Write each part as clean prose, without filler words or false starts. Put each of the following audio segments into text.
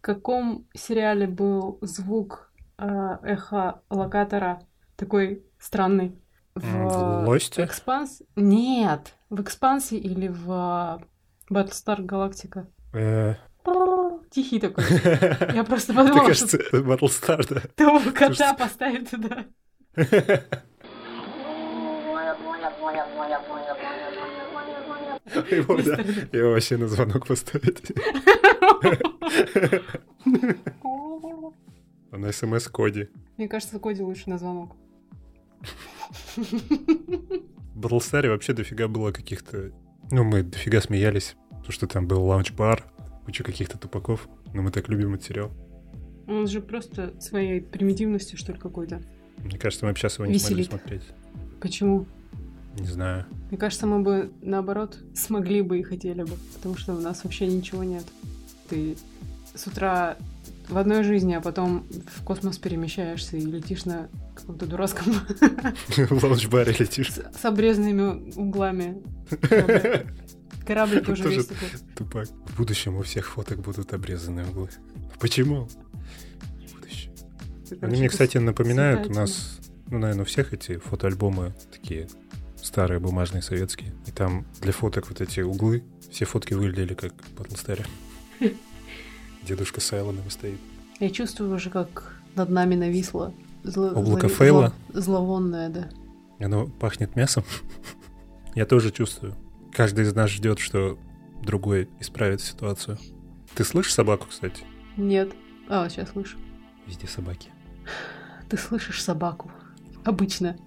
каком сериале был звук эхолокатора такой странный? В Лосте? Экспанс? Нет. В Экспансе или в Battlestar Galactica? Тихий такой. Я просто Мне подумала, кажется, это Battlestar, да. того кота поставить туда. Его вообще на звонок поставить. На СМС Коди. Мне кажется, Коди лучше на звонок. В Battlestar вообще дофига было каких-то... Ну, мы дофига смеялись, потому что там был лаунч-бар, куча каких-то тупаков, но мы так любим этот сериал. Он же просто своей примитивностью, что ли, какой-то. Мне кажется, мы бы сейчас его не смогли смотреть. Почему? Не знаю. Мне кажется, мы бы, наоборот, смогли бы и хотели бы, потому что у нас вообще ничего нет. Ты с утра в одной жизни, а потом в космос перемещаешься и летишь на каком-то дурацком... В лаунч-баре летишь. С обрезанными углами. Корабль тоже весь такой. Тупак. В будущем у всех фоток будут обрезанные углы. Почему? Будущее. Они мне, кстати, напоминают, у нас, ну, наверное, у всех эти фотоальбомы такие старые, бумажные, советские. И там для фоток вот эти углы, все фотки выглядели как в Battlestar. Дедушка с Айлонами стоит. Я чувствую уже, как над нами нависло облако фейла. Зловонное, да. Оно пахнет мясом. Я тоже чувствую. Каждый из нас ждет, что другой исправит ситуацию. Ты слышишь собаку, кстати? Нет. Сейчас слышу. Везде собаки. Ты слышишь собаку. Обычно.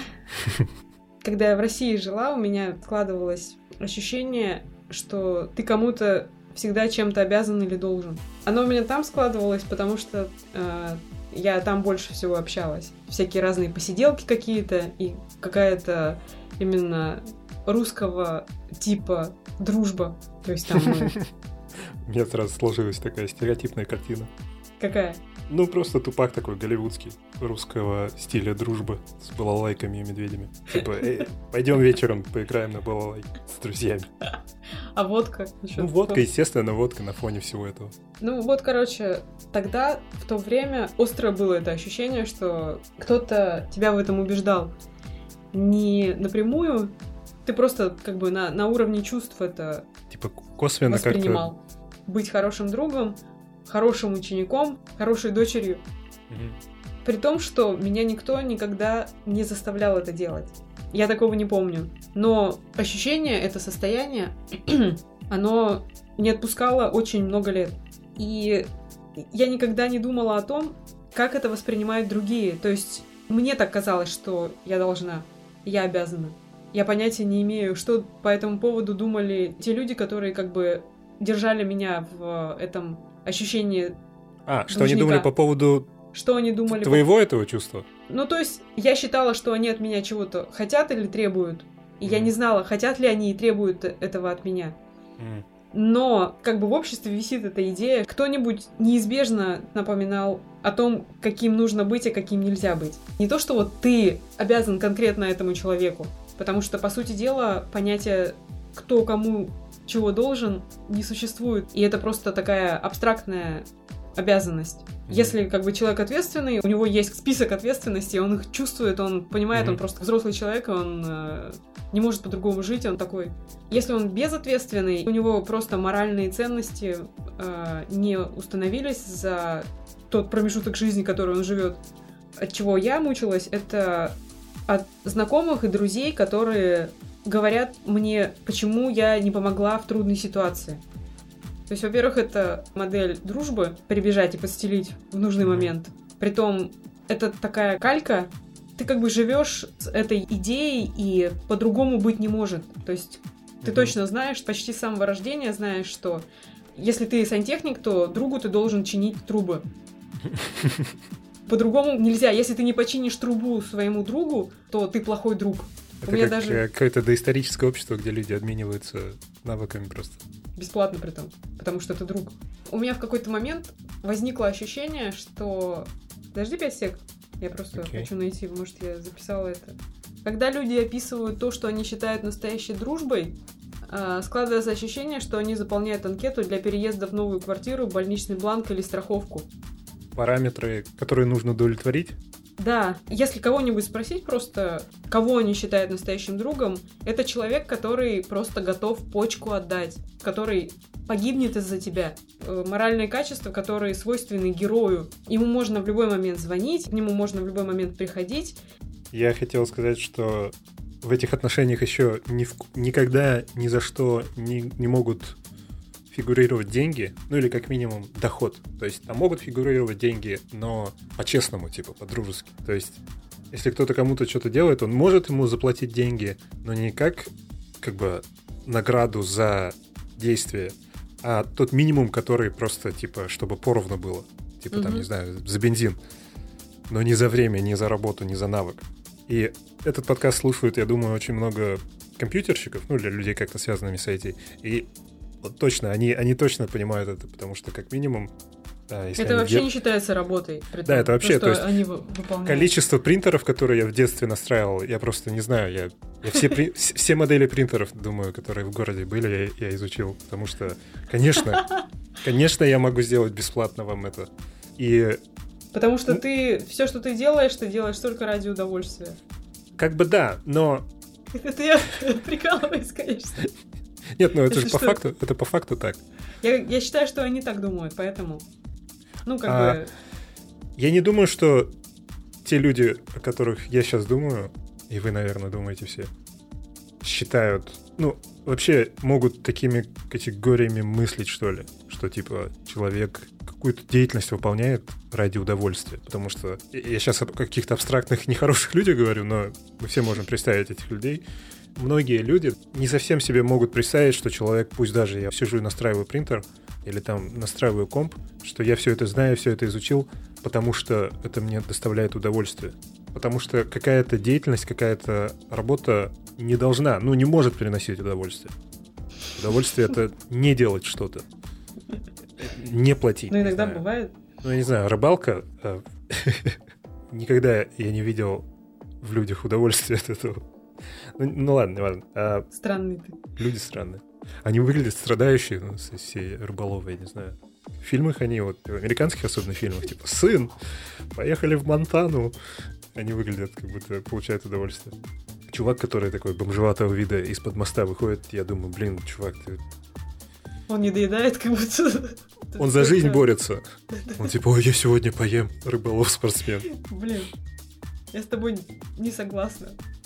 Когда я в России жила, у меня складывалось ощущение, что ты кому-то всегда чем-то обязан или должен. Оно у меня там складывалось, потому что я там больше всего общалась. Всякие разные посиделки какие-то и какая-то именно русского типа дружба. То есть там мы... У меня сразу сложилась такая стереотипная картина. Какая? Ну, просто тупак такой голливудский, русского стиля дружбы с балалайками и медведями. Типа, пойдем вечером поиграем на балалайке с друзьями. А водка? Ну, водка, естественно, водка на фоне всего этого. Ну, вот, короче, тогда, в то время, остро было это ощущение, что кто-то тебя в этом убеждал. Не напрямую, ты просто как бы на уровне чувств это типа косвенно воспринимал. как-то... Быть хорошим другом, хорошим учеником, хорошей дочерью. При том, что меня никто никогда не заставлял это делать. Я такого не помню. Но ощущение, это состояние, оно не отпускало очень много лет. И я никогда не думала о том, как это воспринимают другие. То есть мне так казалось, что я должна, я обязана. Я понятия не имею, что по этому поводу думали те люди, которые как бы держали меня в этом ощущении что они думали по поводу... Что они думали... Твоего этого чувства? Ну, то есть, я считала, что они от меня чего-то хотят или требуют. И я не знала, хотят ли они и требуют этого от меня. Но, как бы в обществе висит эта идея, кто-нибудь неизбежно напоминал о том, каким нужно быть, а каким нельзя быть. Не то, что вот ты обязан конкретно этому человеку. Потому что, по сути дела, понятие «кто кому чего должен» не существует. И это просто такая абстрактная обязанность. Если как бы человек ответственный, у него есть список ответственностей, он их чувствует, он понимает, он просто взрослый человек, он не может по-другому жить, он такой. Если он безответственный, у него просто моральные ценности не установились за тот промежуток жизни, который он живет. От чего я мучилась, это от знакомых и друзей, которые говорят мне, почему я не помогла в трудной ситуации. То есть, во-первых, это модель дружбы, прибежать и подстелить в нужный момент. Притом, это такая калька, ты как бы живешь с этой идеей, и по-другому быть не может. То есть, ты точно знаешь, почти с самого рождения знаешь, что если ты сантехник, то другу ты должен чинить трубы. По-другому нельзя. Если ты не починишь трубу своему другу, то ты плохой друг. Это как даже... какое-то доисторическое общество, где люди обмениваются навыками просто. Бесплатно при том, потому что это друг. У меня в какой-то момент возникло ощущение, что... Подожди 5 сек, я просто хочу найти, может, я записала это. Когда люди описывают то, что они считают настоящей дружбой, Складывается ощущение, что они заполняют анкету для переезда в новую квартиру, больничный бланк или страховку. Параметры, которые нужно удовлетворить? Да, если кого-нибудь спросить просто, кого они считают настоящим другом, это человек, который просто готов почку отдать, который погибнет из-за тебя. Моральные качества, которые свойственны герою. Ему можно в любой момент звонить, к нему можно в любой момент приходить. Я хотел сказать, что в этих отношениях еще никогда ни за что не могут фигурировать деньги, ну или как минимум доход. То есть там могут фигурировать деньги, но по-честному, типа по-дружески. То есть если кто-то кому-то что-то делает, он может ему заплатить деньги, но не как бы награду за действие, а тот минимум, который просто, типа, чтобы поровну было. Типа там, не знаю, за бензин. Но не за время, не за работу, не за навык. И этот подкаст слушают, я думаю, очень много компьютерщиков, ну, для людей, как-то связанными с IT. И вот точно, они точно понимают это, потому что, как минимум... Да, если это вообще не считается работой. Да, это вообще... То, что они выполняют. Количество принтеров, которые я в детстве настраивал, я просто не знаю. Я все модели принтеров, думаю, которые в городе были, я изучил. Потому что, конечно, я могу сделать бесплатно вам это. И... Потому что все, что ты делаешь только ради удовольствия. Как бы да, но... Это я прикалываюсь, конечно. Нет, ну это же по факту так. Я считаю, что они так думают, поэтому... Ну, как бы... Я не думаю, что те люди, о которых я сейчас думаю, и вы, наверное, думаете все, считают... Ну, вообще могут такими категориями мыслить, что ли. Что, типа, человек какую-то деятельность выполняет ради удовольствия. Потому что я сейчас о каких-то абстрактных, нехороших людях говорю, но мы все можем представить этих людей. Многие люди не совсем себе могут представить, что человек, пусть даже я сижу и настраиваю принтер, или там настраиваю комп, что я все это знаю, все это изучил, потому что это мне доставляет удовольствие. Потому что какая-то деятельность, какая-то работа не должна, ну, не может приносить удовольствие. Удовольствие — это не делать что-то, не платить. Ну, иногда бывает. Ну, я не знаю, рыбалка... Никогда я не видел в людях удовольствия от этого. Ну ладно. Странный ты. Люди странные. Они выглядят страдающие, ну, все рыболовы, я не знаю. В фильмах они, вот, в американских особенно фильмах, типа, сын, поехали в Монтану. Они выглядят, как будто получают удовольствие. Чувак, который такой бомжеватого вида из-под моста выходит, я думаю, блин, чувак, ты... Он не доедает, как будто... Он за жизнь борется. Он типа, ой, я сегодня поем, рыболов-спортсмен. Блин, я с тобой не согласна.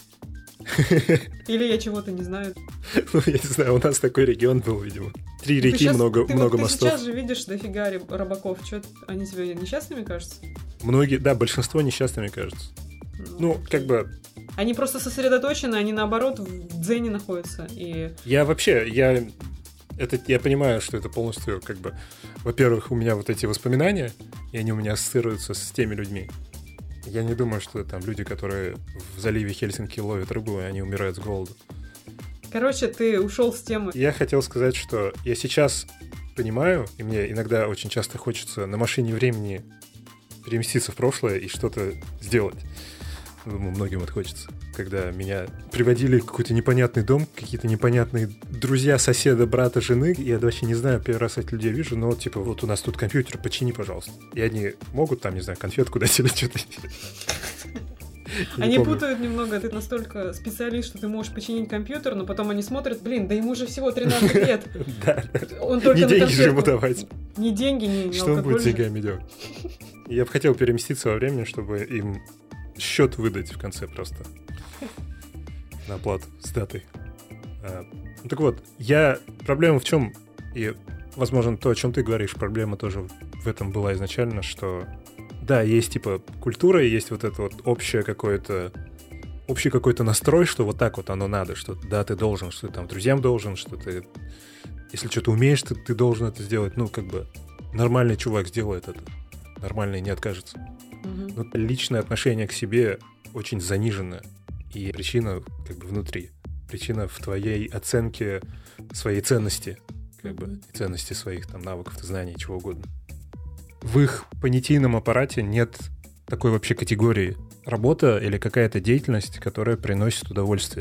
Или я чего-то не знаю. Ну, я не знаю, у нас такой регион был, видимо. 3 реки, много мостов. Ты сейчас же видишь дофига рыбаков. Что, они тебе несчастными кажутся? Многие, да, большинство несчастными кажутся. Ну, как бы... Они просто сосредоточены, они наоборот в дзене находятся. И... Я понимаю, что это полностью, как бы... Во-первых, у меня вот эти воспоминания, и они у меня ассоциируются с теми людьми. Я не думаю, что там люди, которые в заливе Хельсинки ловят рыбу, и они умирают с голоду. Короче, ты ушел с темы. Я хотел сказать, что я сейчас понимаю, и мне иногда очень часто хочется на машине времени переместиться в прошлое и что-то сделать. Думаю, многим это хочется. Когда меня приводили в какой-то непонятный дом, какие-то непонятные друзья, соседа, брата, жены. Я вообще не знаю, первый раз этих людей вижу, но типа вот у нас тут компьютер, почини, пожалуйста. И они могут там, не знаю, конфетку дать или что-то. Они путают немного. Ты настолько специалист, что ты можешь починить компьютер, но потом они смотрят, блин, да ему же всего 13 лет. Да. Он только не деньги же ему давать. Не деньги, не что он будет с деньгами делать? Я бы хотел переместиться во времени, чтобы им счет выдать в конце просто. На оплату с датой. Так вот, проблема в чем, и, возможно, то, о чем ты говоришь, проблема тоже в этом была изначально, что да, есть типа культура, есть вот это вот общий какой-то настрой, что вот так вот оно надо, что да, ты должен, что ты там друзьям должен, что ты, если что-то умеешь, ты должен это сделать. Ну, как бы нормальный чувак сделает это, нормальный не откажется. Но личное отношение к себе очень заниженное. И причина как бы внутри. Причина в твоей оценке своей ценности. Как бы, и ценности своих там навыков, знаний, чего угодно. В их понятийном аппарате нет такой вообще категории работа или какая-то деятельность, которая приносит удовольствие.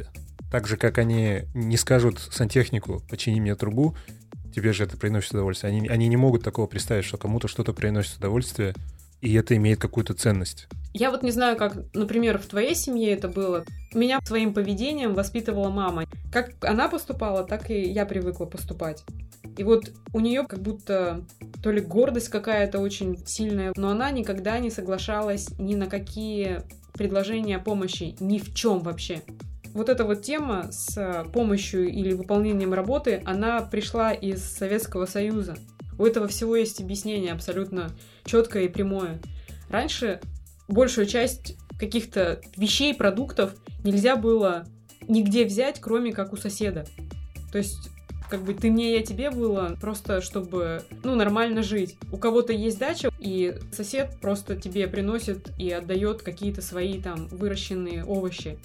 Так же, как они не скажут сантехнику «почини мне трубу», тебе же это приносит удовольствие. Они не могут такого представить, что кому-то что-то приносит удовольствие, и это имеет какую-то ценность. Я вот не знаю, как, например, в твоей семье это было. Меня своим поведением воспитывала мама. Как она поступала, так и я привыкла поступать. И вот у нее как будто то ли гордость какая-то очень сильная, но она никогда не соглашалась ни на какие предложения о помощи, ни в чем вообще. Вот эта вот тема с помощью или выполнением работы, она пришла из Советского Союза. У этого всего есть объяснение абсолютно четкое и прямое. Раньше большую часть каких-то вещей, продуктов нельзя было нигде взять, кроме как у соседа. То есть, как бы ты мне, я тебе было просто, чтобы, нормально жить. У кого-то есть дача, и сосед просто тебе приносит и отдает какие-то свои там выращенные овощи.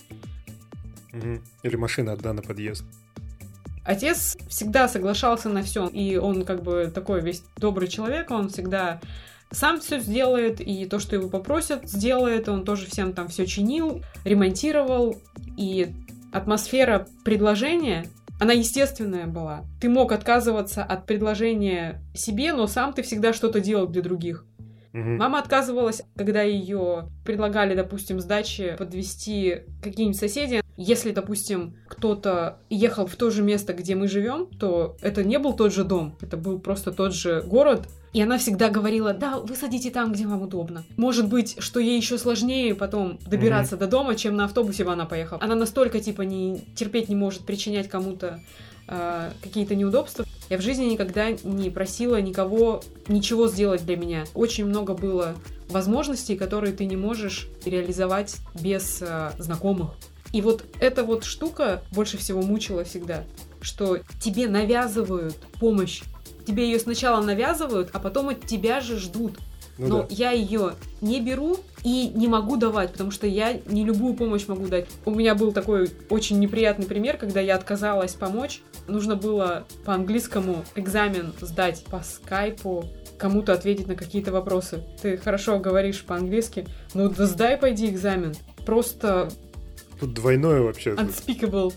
Или машина одна на подъезд. Отец всегда соглашался на все, и он как бы такой весь добрый человек, он всегда сам все сделает, и то, что его попросят, сделает, он тоже всем там все чинил, ремонтировал, и атмосфера предложения, она естественная была. Ты мог отказываться от предложения себе, но сам ты всегда что-то делал для других. Мама отказывалась, когда ее предлагали, допустим, с дачи подвезти какие-нибудь соседи. Если, допустим, кто-то ехал в то же место, где мы живем, то это не был тот же дом, это был просто тот же город. И она всегда говорила: да, вы садите там, где вам удобно. Может быть, что ей еще сложнее потом добираться до дома, чем на автобусе бы она поехала. Она настолько, терпеть не может причинять кому-то какие-то неудобства. Я в жизни никогда не просила никого ничего сделать для меня. Очень много было возможностей, которые ты не можешь реализовать без знакомых. И вот эта вот штука больше всего мучила всегда, что тебе навязывают помощь. Тебе ее сначала навязывают, а потом от тебя же ждут. Но я ее не беру и не могу давать, потому что я не любую помощь могу дать. У меня был такой очень неприятный пример, когда я отказалась помочь. Нужно было по английскому экзамен сдать по скайпу, кому-то ответить на какие-то вопросы. Ты хорошо говоришь по-английски, да сдай, пойди экзамен. Просто... Тут двойное вообще. Unspeakable.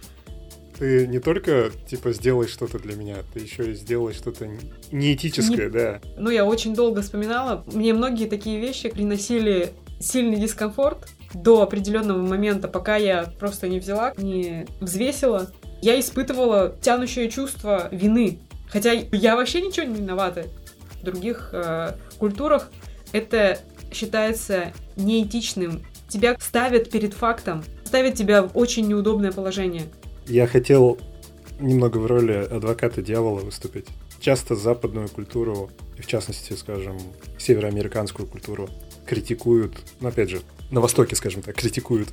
Ты не только, сделай что-то для меня, ты еще и сделай что-то неэтическое, да. Я очень долго вспоминала. Мне многие такие вещи приносили сильный дискомфорт до определенного момента, пока я просто не взяла, не взвесила. Я испытывала тянущее чувство вины. Хотя я вообще ничего не виновата. В других культурах это считается неэтичным. Тебя ставят перед фактом, ставят тебя в очень неудобное положение. Я хотел немного в роли адвоката дьявола выступить. Часто западную культуру, и в частности, скажем, североамериканскую культуру критикуют, опять же, на Востоке, скажем так, критикуют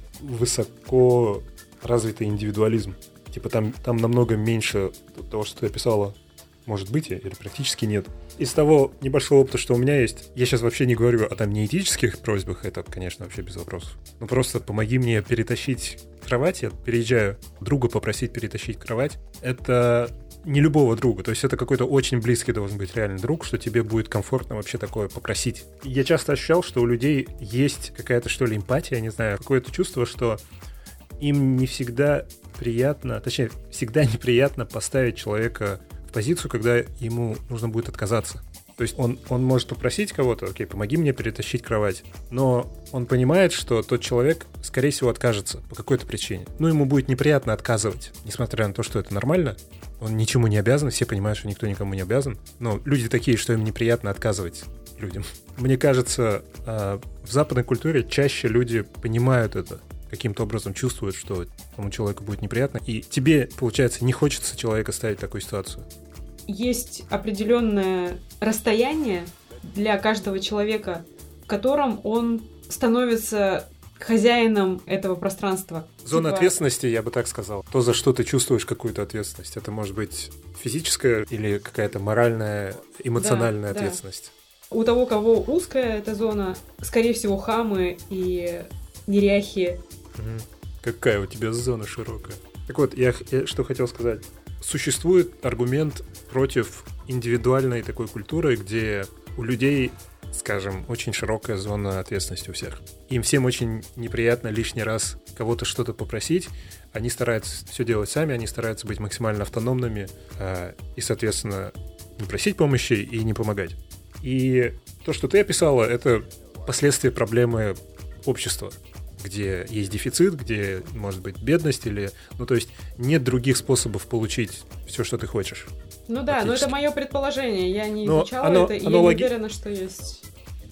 высоко развитый индивидуализм. Там намного меньше того, что ты описала, может быть, или практически нет. Из того небольшого опыта, что у меня есть, я сейчас вообще не говорю о неэтических просьбах, это, конечно, вообще без вопросов. Но просто помоги мне перетащить кровать, я переезжаю друга попросить перетащить кровать. Это не любого друга, то есть это какой-то очень близкий должен быть реальный друг, что тебе будет комфортно вообще такое попросить. Я часто ощущал, что у людей есть какая-то, что ли, эмпатия, не знаю, какое-то чувство, что им не всегда приятно, точнее, всегда неприятно поставить человека в позицию, когда ему нужно будет отказаться. То есть он может попросить кого-то: окей, помоги мне перетащить кровать, но он понимает, что тот человек, скорее всего, откажется по какой-то причине. Ему будет неприятно отказывать, несмотря на то, что это нормально. Он ничему не обязан, все понимают, что никто никому не обязан. Но люди такие, что им неприятно отказывать людям. Мне кажется, в западной культуре чаще люди понимают это, каким-то образом чувствуют, что тому человеку будет неприятно, и тебе, получается, не хочется человека ставить в такую ситуацию. Есть определенное расстояние для каждого человека, в котором он становится хозяином этого пространства. Зона ответственности, я бы так сказал. То, за что ты чувствуешь какую-то ответственность. Это может быть физическая или какая-то моральная, эмоциональная ответственность. Да. У того, кого узкая эта зона, скорее всего, хамы и неряхи. Какая у тебя зона широкая. Так вот, я что хотел сказать. Существует аргумент против индивидуальной такой культуры, где у людей скажем, очень широкая зона ответственности у всех. Им всем очень неприятно лишний раз кого-то что-то попросить. Они стараются все делать сами, они стараются быть максимально автономными и, соответственно, не просить помощи и не помогать. И то, что ты описала, это последствия проблемы общества, где есть дефицит, где может быть бедность или... Ну, то есть нет других способов получить все, что ты хочешь. Ну да, но это мое предположение. Я не изучала это, и я не уверена, что есть...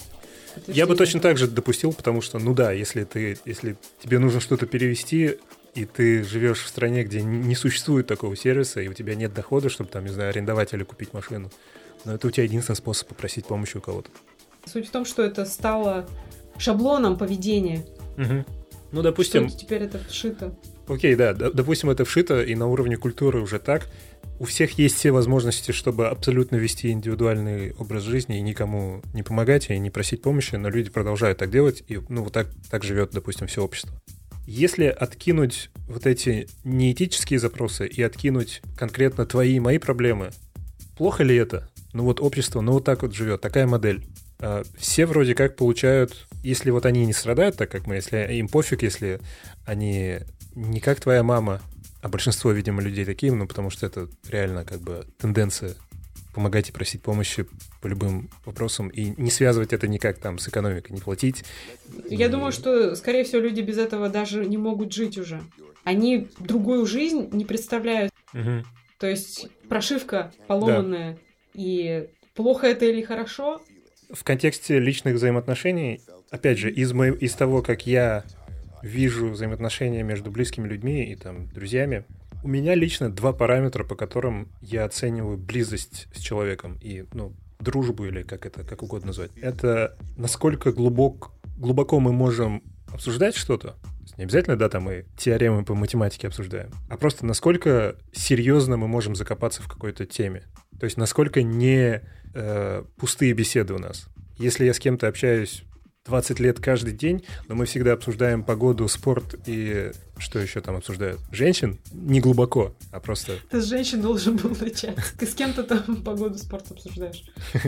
Я бы точно так же допустил, потому что, ну да, если тебе нужно что-то перевести, и ты живешь в стране, где не существует такого сервиса, и у тебя нет дохода, чтобы, там, не знаю, арендовать или купить машину, но это у тебя единственный способ попросить помощи у кого-то. Суть в том, что это стало шаблоном поведения. Угу. Ну, допустим... Что теперь это вшито. Окей, да, допустим, это вшито, и на уровне культуры уже так. У всех есть все возможности, чтобы абсолютно вести индивидуальный образ жизни и никому не помогать и не просить помощи, но люди продолжают так делать, и ну, вот так живет, допустим, все общество. Если откинуть вот эти неэтические запросы и откинуть конкретно твои и мои проблемы, плохо ли это? Ну вот общество, ну вот так вот живет, такая модель. Все вроде как получают, если вот они не страдают так, как мы, если им пофиг, если они не как твоя мама, а большинство, видимо, людей такие, ну потому что это реально как бы тенденция помогать и просить помощи по любым вопросам и не связывать это никак там с экономикой, не платить. Я думаю, что, скорее всего, люди без этого даже не могут жить уже. Они другую жизнь не представляют. Угу. То есть прошивка поломанная, да. И плохо это или хорошо? В контексте личных взаимоотношений, опять же, из того, как я вижу взаимоотношения между близкими людьми и там друзьями, у меня лично 2 параметра, по которым я оцениваю близость с человеком и, ну, дружбу или как угодно назвать. Это насколько глубоко мы можем обсуждать что-то. Не обязательно, да, там мы теоремы по математике обсуждаем, а просто насколько серьезно мы можем закопаться в какой-то теме. То есть насколько не пустые беседы у нас. Если я с кем-то общаюсь 20 лет каждый день, но мы всегда обсуждаем погоду, спорт и что еще там обсуждают? Женщин? Не глубоко, а просто... Ты с женщин должен был начать. Ты с кем-то там погоду, спорт обсуждаешь.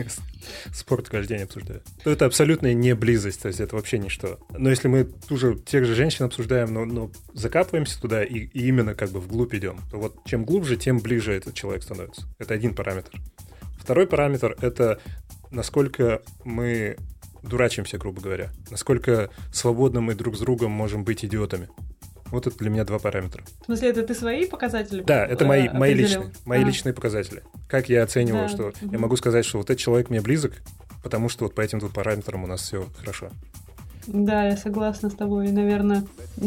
Спорт каждый день обсуждаю. То это абсолютная не близость, то есть это вообще ничто. Но если мы тех же женщин обсуждаем, но закапываемся туда и именно как бы вглубь идем, то вот чем глубже, тем ближе этот человек становится. Это один параметр. Второй параметр — это насколько мы дурачимся, грубо говоря. Насколько свободно мы друг с другом можем быть идиотами. Вот это для меня 2 параметра. В смысле, это ты свои показатели? Да, это мои личные показатели. Как я оцениваю, что я могу сказать, что вот этот человек мне близок, потому что вот по этим 2 параметрам у нас все хорошо. Да, я согласна с тобой. Наверное,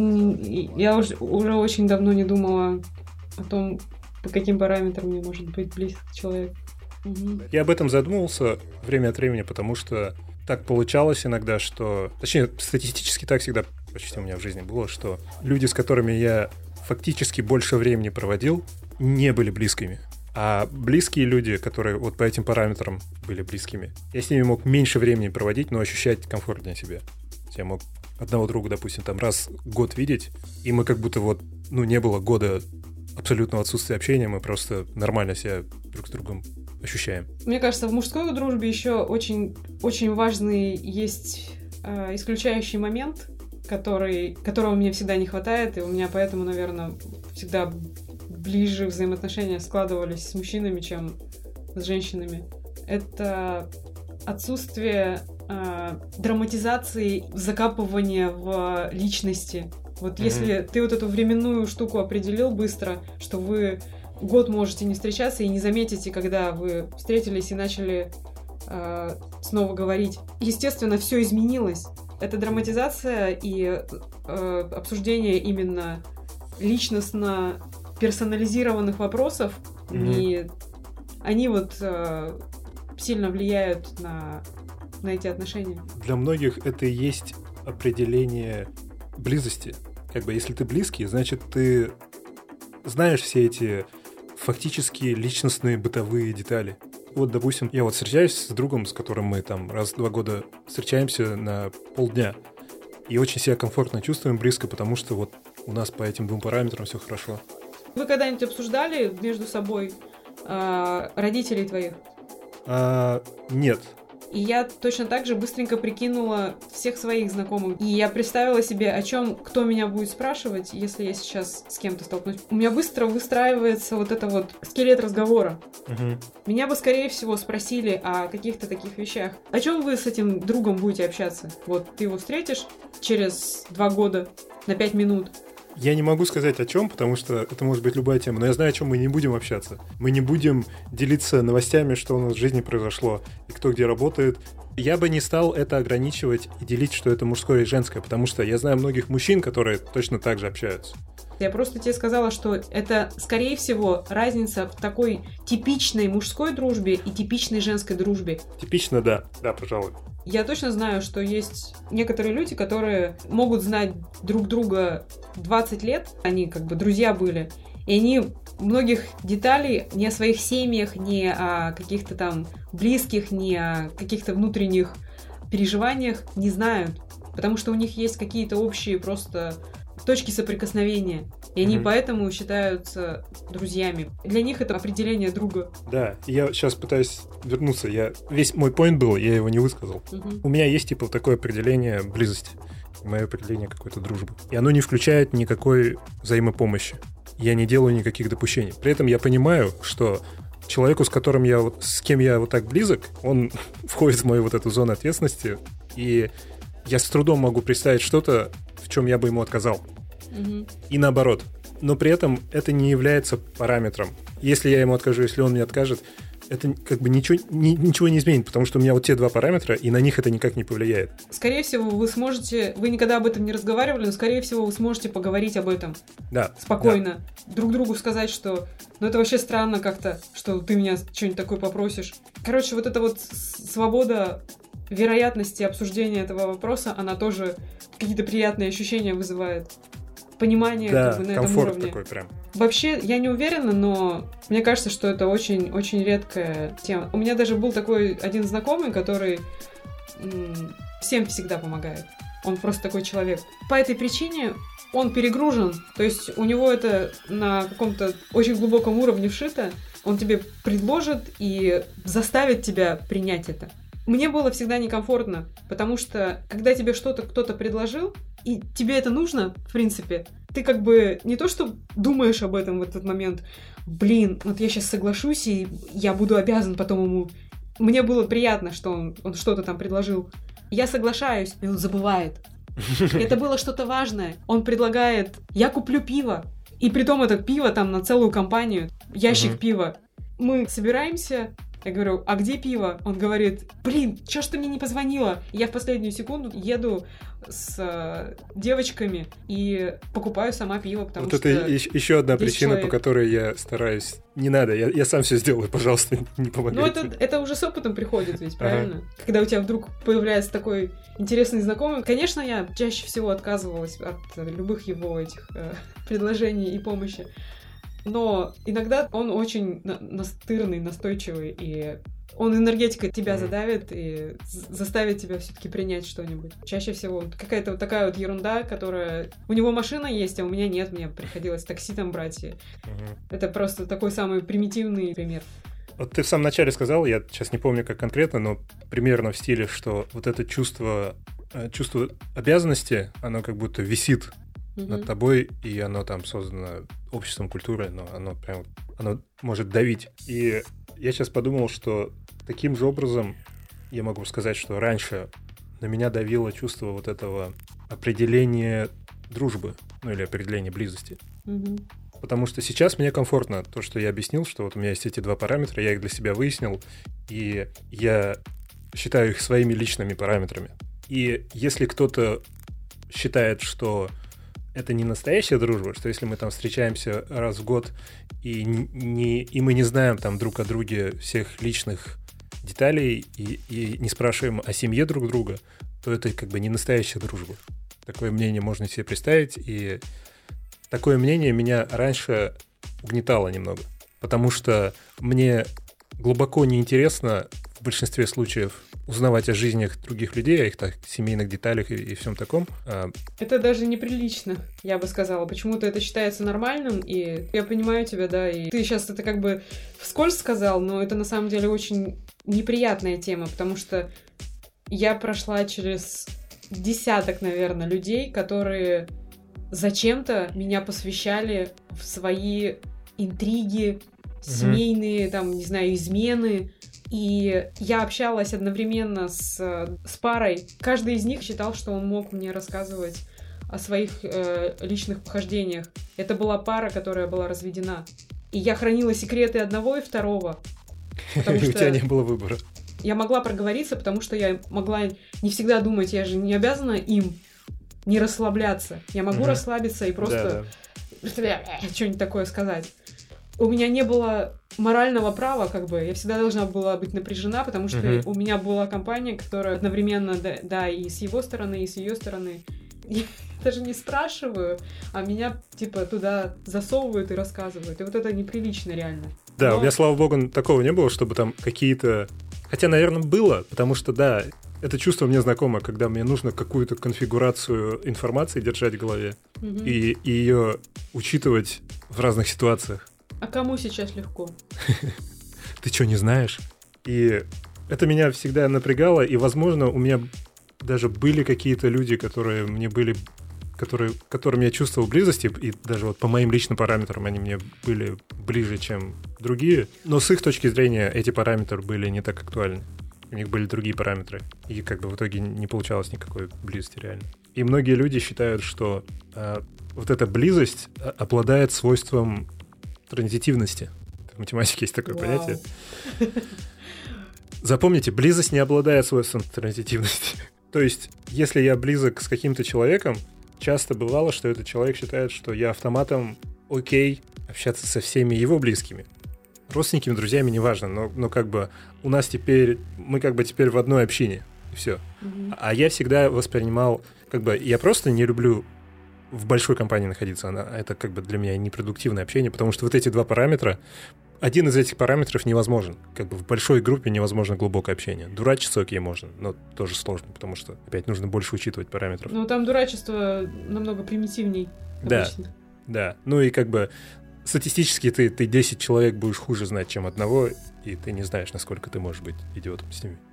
я уже очень давно не думала о том, по каким параметрам мне может быть близок человек. Угу. Я об этом задумывался время от времени, потому что так получалось иногда, что... Точнее, статистически так всегда почти у меня в жизни было, что люди, с которыми я фактически больше времени проводил, не были близкими. А близкие люди, которые вот по этим параметрам были близкими, я с ними мог меньше времени проводить, но ощущать комфортнее себя. Я мог одного друга, допустим, там раз в год видеть, и мы как будто вот, ну, не было года абсолютного отсутствия общения, мы просто нормально себя друг с другом ощущаем. Мне кажется, в мужской дружбе еще очень, очень важный есть исключающий момент, которого мне всегда не хватает, и у меня поэтому, наверное, всегда ближе взаимоотношения складывались с мужчинами, чем с женщинами. Это отсутствие драматизации, закапывания в личности. Вот если ты вот эту временную штуку определил быстро, что вы год можете не встречаться и не заметите, когда вы встретились и начали снова говорить. Естественно, все изменилось. Это драматизация и обсуждение именно личностно персонализированных вопросов, они вот сильно влияют на эти отношения. Для многих это и есть определение близости. Как бы если ты близкий, значит ты знаешь все эти фактически личностные бытовые детали. Вот, допустим, я вот встречаюсь с другом, с которым мы там раз в 2 года встречаемся на полдня, и очень себя комфортно чувствуем близко, потому что вот у нас по этим 2 параметрам все хорошо. Вы когда-нибудь обсуждали между собой родителей твоих? Нет. И я точно так же быстренько прикинула всех своих знакомых. И я представила себе, о чем кто меня будет спрашивать, если я сейчас с кем-то столкнусь. У меня быстро выстраивается вот это вот скелет разговора. Меня бы, скорее всего, спросили о каких-то таких вещах. О чем вы с этим другом будете общаться? Вот ты его встретишь через 2 года на 5 минут. Я не могу сказать о чем, потому что это может быть любая тема, но я знаю, о чем мы не будем общаться. Мы не будем делиться новостями, что у нас в жизни произошло и кто где работает. Я бы не стал это ограничивать и делить, что это мужское и женское, потому что я знаю многих мужчин, которые точно так же общаются. Я просто тебе сказала, что это, скорее всего, разница в такой типичной мужской дружбе и типичной женской дружбе. Типично, да. Да, пожалуй. Я точно знаю, что есть некоторые люди, которые могут знать друг друга 20 лет, они как бы друзья были, и они многих деталей ни о своих семьях, ни о каких-то там близких, ни о каких-то внутренних переживаниях не знают, потому что у них есть какие-то общие просто точки соприкосновения, и они поэтому считаются друзьями. Для них это определение друга. Да, я сейчас пытаюсь вернуться. Весь мой поинт был, я его не высказал. У меня есть типа такое определение близости, мое определение какой-то дружбы. И оно не включает никакой взаимопомощи. Я не делаю никаких допущений. При этом я понимаю, что человеку, с кем я вот так близок, он входит в мою вот эту зону ответственности, и я с трудом могу представить что-то, в чем я бы ему отказал. И наоборот. Но при этом это не является параметром. Если я ему откажу, если он мне откажет, это как бы ничего не изменит, потому что у меня вот те 2 параметра, и на них это никак не повлияет. Скорее всего, вы никогда об этом не разговаривали, но, скорее всего, вы сможете поговорить об этом. Да. Спокойно. Да. Друг другу сказать, что это вообще странно как-то, что ты меня что-нибудь такое попросишь. Короче, вот эта вот свобода вероятности обсуждения этого вопроса, она тоже какие-то приятные ощущения вызывает. Понимание как бы на этом уровне. Такой прям. Вообще, я не уверена, но мне кажется, что это очень-очень редкая тема. У меня даже был такой один знакомый, который всем всегда помогает. Он просто такой человек. По этой причине он перегружен. То есть у него это на каком-то очень глубоком уровне вшито. Он тебе предложит и заставит тебя принять это. Мне было всегда некомфортно, потому что, когда тебе что-то кто-то предложил, и тебе это нужно, в принципе, ты как бы не то, что думаешь об этом в этот момент, вот я сейчас соглашусь, и я буду обязан потом ему... Мне было приятно, что он что-то там предложил. Я соглашаюсь, и он забывает. Это было что-то важное. Он предлагает, я куплю пиво, и притом это пиво там на целую компанию, ящик пива. Мы собираемся... Я говорю, а где пиво? Он говорит, чё ж ты мне не позвонила? Я в последнюю секунду еду с девочками и покупаю сама пиво, потому что... Вот это еще одна причина, по которой я стараюсь... Не надо, я сам все сделаю, пожалуйста, не помогайте. Ну, это уже с опытом приходит ведь, правильно? Когда у тебя вдруг появляется такой интересный знакомый. Конечно, я чаще всего отказывалась от любых его этих предложений и помощи. Но иногда он очень настырный, настойчивый, и он энергетикой тебя задавит и заставит тебя все-таки принять что-нибудь. Чаще всего какая-то вот такая вот ерунда, которая... У него машина есть, а у меня нет, мне приходилось такси там брать. Это просто такой самый примитивный пример. Вот ты в самом начале сказал, я сейчас не помню как конкретно, но примерно в стиле, что вот это чувство обязанности, оно как будто висит над тобой, и оно там создано обществом, культурой, но оно может давить. И я сейчас подумал, что таким же образом я могу сказать, что раньше на меня давило чувство вот этого определения дружбы, или определения близости. Потому что сейчас мне комфортно то, что я объяснил, что вот у меня есть эти 2 параметра, я их для себя выяснил, и я считаю их своими личными параметрами. И если кто-то считает, что это не настоящая дружба, что если мы там встречаемся раз в год и мы не знаем там друг о друге всех личных деталей и не спрашиваем о семье друг друга, то это как бы не настоящая дружба. Такое мнение можно себе представить, и такое мнение меня раньше угнетало немного, потому что мне глубоко неинтересно в большинстве случаев узнавать о жизнях других людей, о их семейных деталях и всем таком. Это даже неприлично, я бы сказала. Почему-то это считается нормальным, и я понимаю тебя, да, и ты сейчас это как бы вскользь сказал, но это на самом деле очень неприятная тема, потому что я прошла через десяток, наверное, людей, которые зачем-то меня посвящали в свои интриги, семейные, там, не знаю, измены. И я общалась одновременно с парой. Каждый из них считал, что он мог мне рассказывать о своих личных похождениях. Это была пара, которая была разведена. И я хранила секреты одного и второго. У тебя не было выбора. Я могла проговориться, потому что я могла не всегда думать, я же не обязана им не расслабляться. Я могу расслабиться и просто что-нибудь такое сказать. У меня не было морального права, как бы. Я всегда должна была быть напряжена, потому что у меня была компания, которая одновременно, да, и с его стороны, и с ее стороны. Я даже не спрашиваю, а меня, типа, туда засовывают и рассказывают. И вот это неприлично реально. Да, у меня, слава богу, такого не было, чтобы там какие-то... Хотя, наверное, было, потому что, да, это чувство мне знакомо, когда мне нужно какую-то конфигурацию информации держать в голове и ее учитывать в разных ситуациях. А кому сейчас легко? Ты что, не знаешь? И это меня всегда напрягало, и, возможно, у меня даже были какие-то люди, которые мне были... которым я чувствовал близости, и даже вот по моим личным параметрам они мне были ближе, чем другие. Но с их точки зрения эти параметры были не так актуальны. У них были другие параметры. И как бы в итоге не получалось никакой близости реально. И многие люди считают, что вот эта близость обладает свойством транзитивности. В математике есть такое понятие. Запомните, близость не обладает свойством транзитивности. То есть, если я близок с каким-то человеком, часто бывало, что этот человек считает, что я автоматом окей общаться со всеми его близкими. Родственниками, друзьями, неважно, но как бы у нас теперь, мы как бы теперь в одной общине, и все. А я всегда воспринимал, как бы, я просто не люблю в большой компании находиться, это как бы для меня непродуктивное общение, потому что вот эти два параметра, один из этих параметров невозможен. Как бы в большой группе невозможно глубокое общение. Дурачиться окей можно, но тоже сложно, потому что опять нужно больше учитывать параметров. Ну, там дурачество намного примитивней обычно. Да. Ну и как бы статистически ты 10 человек будешь хуже знать, чем одного, и ты не знаешь, насколько ты можешь быть идиотом с ними.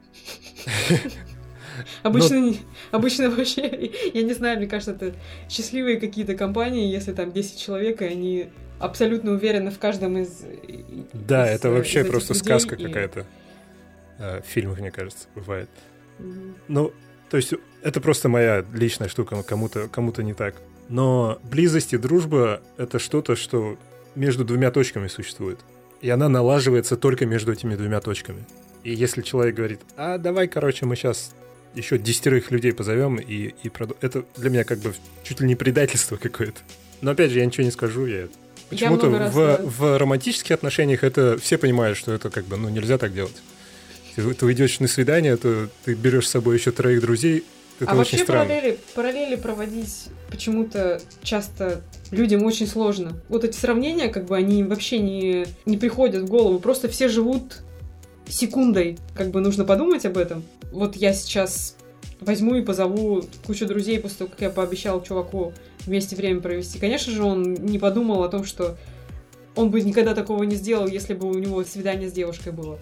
Обычно вообще, я не знаю, мне кажется, это счастливые какие-то компании, если там 10 человек, и они абсолютно уверены в каждом из... Да, это вообще просто сказка какая-то. В фильмах, мне кажется, бывает. Ну, то есть это просто моя личная штука, кому-то не так. Но близость и дружба — это что-то, что между двумя точками существует. И она налаживается только между этими двумя точками. И если человек говорит, давай, короче, мы сейчас еще 10 людей позовем, это для меня как бы чуть ли не предательство какое-то. Но опять же, я ничего не скажу, почему-то в романтических отношениях это все понимают, что это как бы, нельзя так делать. Ты идешь на свидание, то ты берешь с собой еще 3 друзей. Это очень странно. Вообще параллели проводить почему-то часто людям очень сложно. Вот эти сравнения, как бы, они вообще не приходят в голову. Просто все живут секундой. Как бы нужно подумать об этом. Вот я сейчас возьму и позову кучу друзей после того, как я пообещала чуваку вместе время провести. Конечно же, он не подумал о том, что он бы никогда такого не сделал, если бы у него свидание с девушкой было.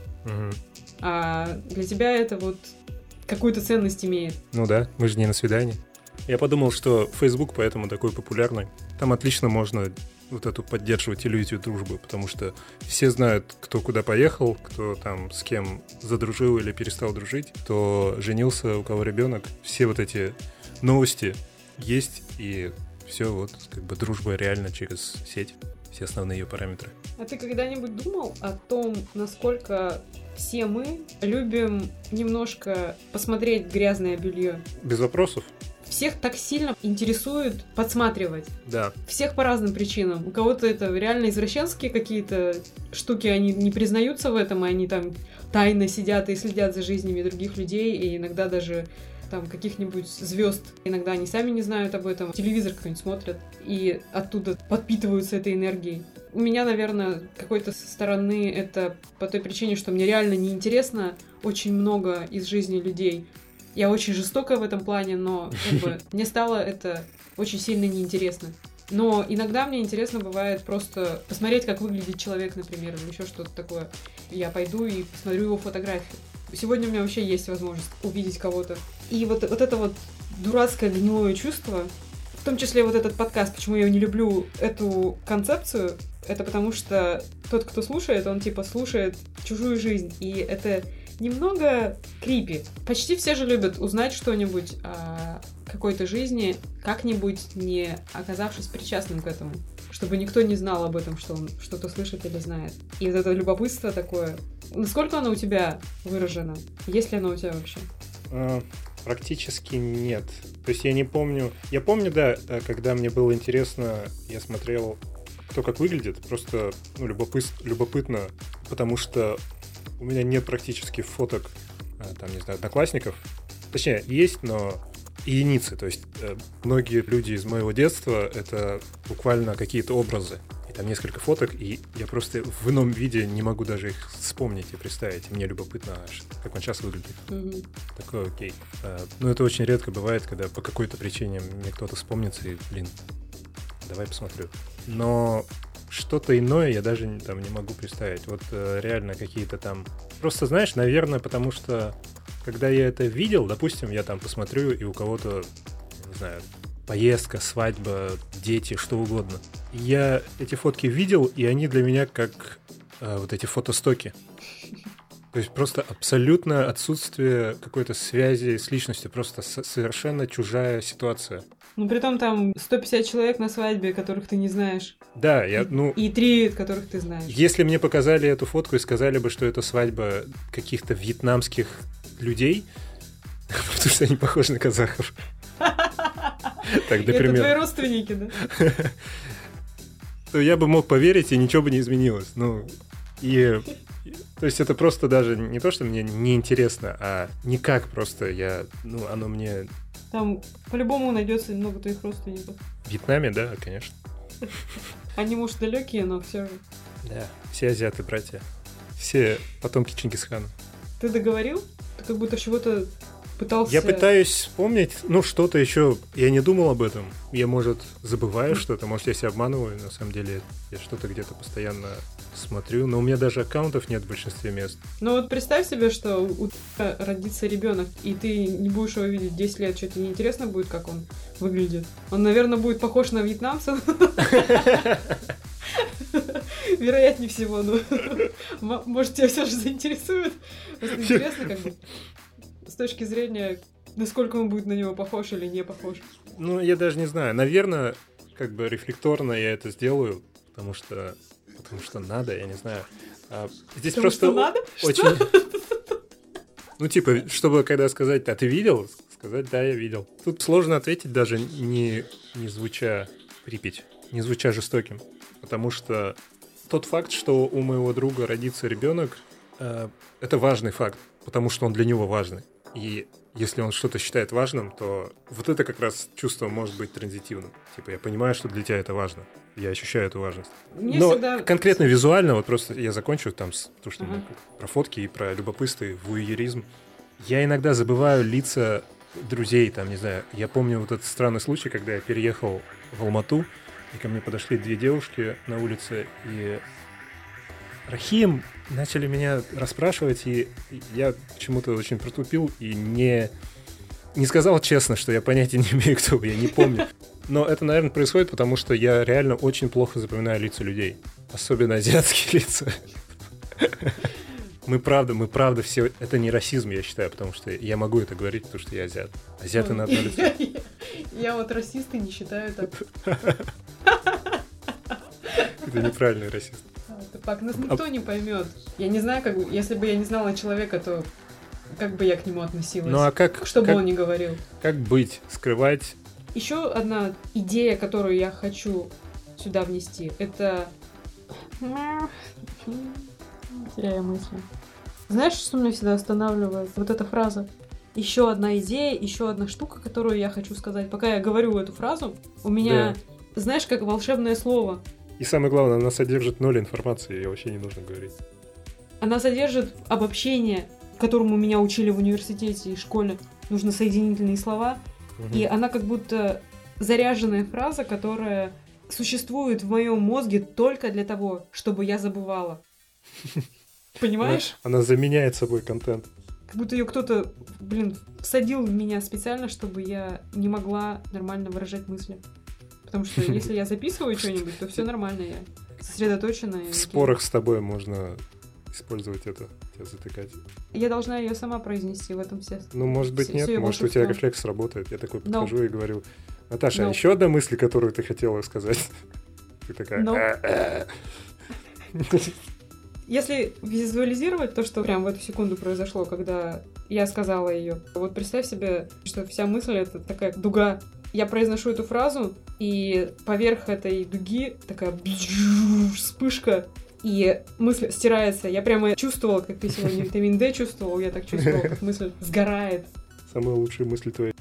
А для тебя это вот какую-то ценность имеет. Ну да, мы же не на свидании. Я подумал, что Facebook поэтому такой популярный. Там отлично можно вот эту поддерживать иллюзию дружбы, потому что все знают, кто куда поехал, кто там с кем задружил или перестал дружить, кто женился, у кого ребенок. Все вот эти новости есть, и все вот как бы дружба реально через сеть. Все основные ее параметры. А ты когда-нибудь думал о том, насколько все мы любим немножко посмотреть грязное белье? Без вопросов. Всех так сильно интересует подсматривать. Да. Всех по разным причинам. У кого-то это реально извращенские какие-то штуки, они не признаются в этом, и они там тайно сидят и следят за жизнями других людей, и иногда даже там каких-нибудь звезд. Иногда они сами не знают об этом. Телевизор какой-нибудь смотрят и оттуда подпитываются этой энергией. У меня, наверное, какой-то со стороны это по той причине, что мне реально неинтересно очень много из жизни людей. Я очень жестока в этом плане, но как бы мне стало это очень сильно неинтересно. Но иногда мне интересно бывает просто посмотреть, как выглядит человек, например, или еще что-то такое. Я пойду и посмотрю его фотографию. Сегодня у меня вообще есть возможность увидеть кого-то. И вот это вот дурацкое гнилое чувство, в том числе вот этот подкаст, почему я не люблю эту концепцию, это потому что тот, кто слушает, он типа слушает чужую жизнь, и это немного крипи. Почти все же любят узнать что-нибудь о какой-то жизни, как-нибудь не оказавшись причастным к этому, чтобы никто не знал об этом, что он что-то слышит или знает. И вот это любопытство такое. Насколько оно у тебя выражено? Есть ли оно у тебя вообще? Практически нет. То есть я не помню... Я помню, да, когда мне было интересно, я смотрел, кто как выглядит. Просто любопытно, потому что у меня нет практически фоток, там, не знаю, одноклассников. Точнее, есть, но единицы. То есть многие люди из моего детства — это буквально какие-то образы. И там несколько фоток, и я просто в ином виде не могу даже их вспомнить и представить. И мне любопытно, как он сейчас выглядит. Mm-hmm. Такой окей. Но это очень редко бывает, когда по какой-то причине мне кто-то вспомнится, и, давай посмотрю. Но что-то иное я даже там не могу представить. Вот реально какие-то там... Просто, знаешь, наверное, потому что когда я это видел, допустим, я там посмотрю, и у кого-то, не знаю, поездка, свадьба, дети, что угодно. Я эти фотки видел, и они для меня как вот эти фотостоки. То есть просто абсолютно отсутствие какой-то связи с личностью, просто совершенно чужая ситуация. Ну, притом там 150 человек на свадьбе, которых ты не знаешь. Да, и 3, которых ты знаешь. Если мне показали эту фотку и сказали бы, что это свадьба каких-то вьетнамских людей, потому что они похожи на казахов. Так, это твои родственники, да? То я бы мог поверить, и ничего бы не изменилось. То есть это просто даже не то, что мне неинтересно, а никак просто оно мне... Там по-любому найдется много твоих родственников. В Вьетнаме, да, конечно. Они, может, далекие, но все же. Да, все азиаты, братья. Все потомки Чингисхана. Ты договорил? Ты как будто чего-то пытался... Я пытаюсь вспомнить, что-то еще. Я не думал об этом. Я, может, забываю что-то, может, я себя обманываю. На самом деле, я что-то где-то постоянно смотрю. Но у меня даже аккаунтов нет в большинстве мест. Ну вот представь себе, что у тебя родится ребенок, и ты не будешь его видеть 10 лет. Что тебе неинтересно будет, как он выглядит? Он, наверное, будет похож на вьетнамца. Вероятнее всего, но может, тебя все же заинтересует. Просто интересно, как бы, с точки зрения, насколько он будет на него похож или не похож. Я даже не знаю. Наверное, как бы рефлекторно я это сделаю, потому что надо, я не знаю. Здесь потому просто что надо? Очень... чтобы когда сказать, а ты видел? Сказать, да, я видел. Тут сложно ответить даже не звуча Припять, не звуча жестоким. Потому что тот факт, что у моего друга родится ребенок, это важный факт, потому что он для него важный. И если он что-то считает важным, то вот это как раз чувство может быть транзитивным. Я понимаю, что для тебя это важно. Я ощущаю эту важность. Но конкретно визуально, вот просто я закончу там то, что мы про фотки и про любопытство и вуйеризм. Я иногда забываю лица друзей, там, не знаю. Я помню вот этот странный случай, когда я переехал в Алмату, и ко мне подошли 2 девушки на улице, и Рахим начали меня расспрашивать, и я почему-то очень протупил и не сказал честно, что я понятия не имею, кто вы, я не помню. Но это, наверное, происходит, потому что я реально очень плохо запоминаю лица людей. Особенно азиатские лица. Мы правда все... Это не расизм, я считаю, потому что я могу это говорить, потому что я азиат. Азиаты на одно лицо. Я вот расист и не считаю так. Это неправильный расист. Так, нас никто не поймет. Я не знаю, если бы я не знала человека, то как бы я к нему относилась. Ну а как... Что бы он ни говорил. Как быть? Скрывать? Еще одна идея, которую я хочу сюда внести, это... Теряю мысли. Знаешь, что меня всегда останавливает? Вот эта фраза. Еще одна идея, еще одна штука, которую я хочу сказать. Пока я говорю эту фразу, у меня, знаешь, как волшебное слово. И самое главное, она содержит 0 информации, ее вообще не нужно говорить. Она содержит обобщение, которому меня учили в университете и школе. Нужно соединительные слова. И она как будто заряженная фраза, которая существует в моем мозге только для того, чтобы я забывала. Понимаешь? Она заменяет собой контент. Как будто ее кто-то, всадил в меня специально, чтобы я не могла нормально выражать мысли. Потому что если я записываю что-нибудь, то все нормально, я сосредоточена. В спорах с тобой можно использовать это, тебя затыкать. Я должна ее сама произнести, в этом все. Ну, может быть, нет, может, у тебя рефлекс работает. Я такой подхожу и говорю: Наташа, еще одна мысль, которую ты хотела сказать? Ты такая... Если визуализировать то, что прям в эту секунду произошло, когда я сказала ее, вот представь себе, что вся мысль — это такая дуга. Я произношу эту фразу, и поверх этой дуги такая вспышка, и мысль стирается. Я прямо чувствовала, как ты сегодня витамин D чувствовал, я так чувствовала, как мысль сгорает. Самые лучшие мысли твои.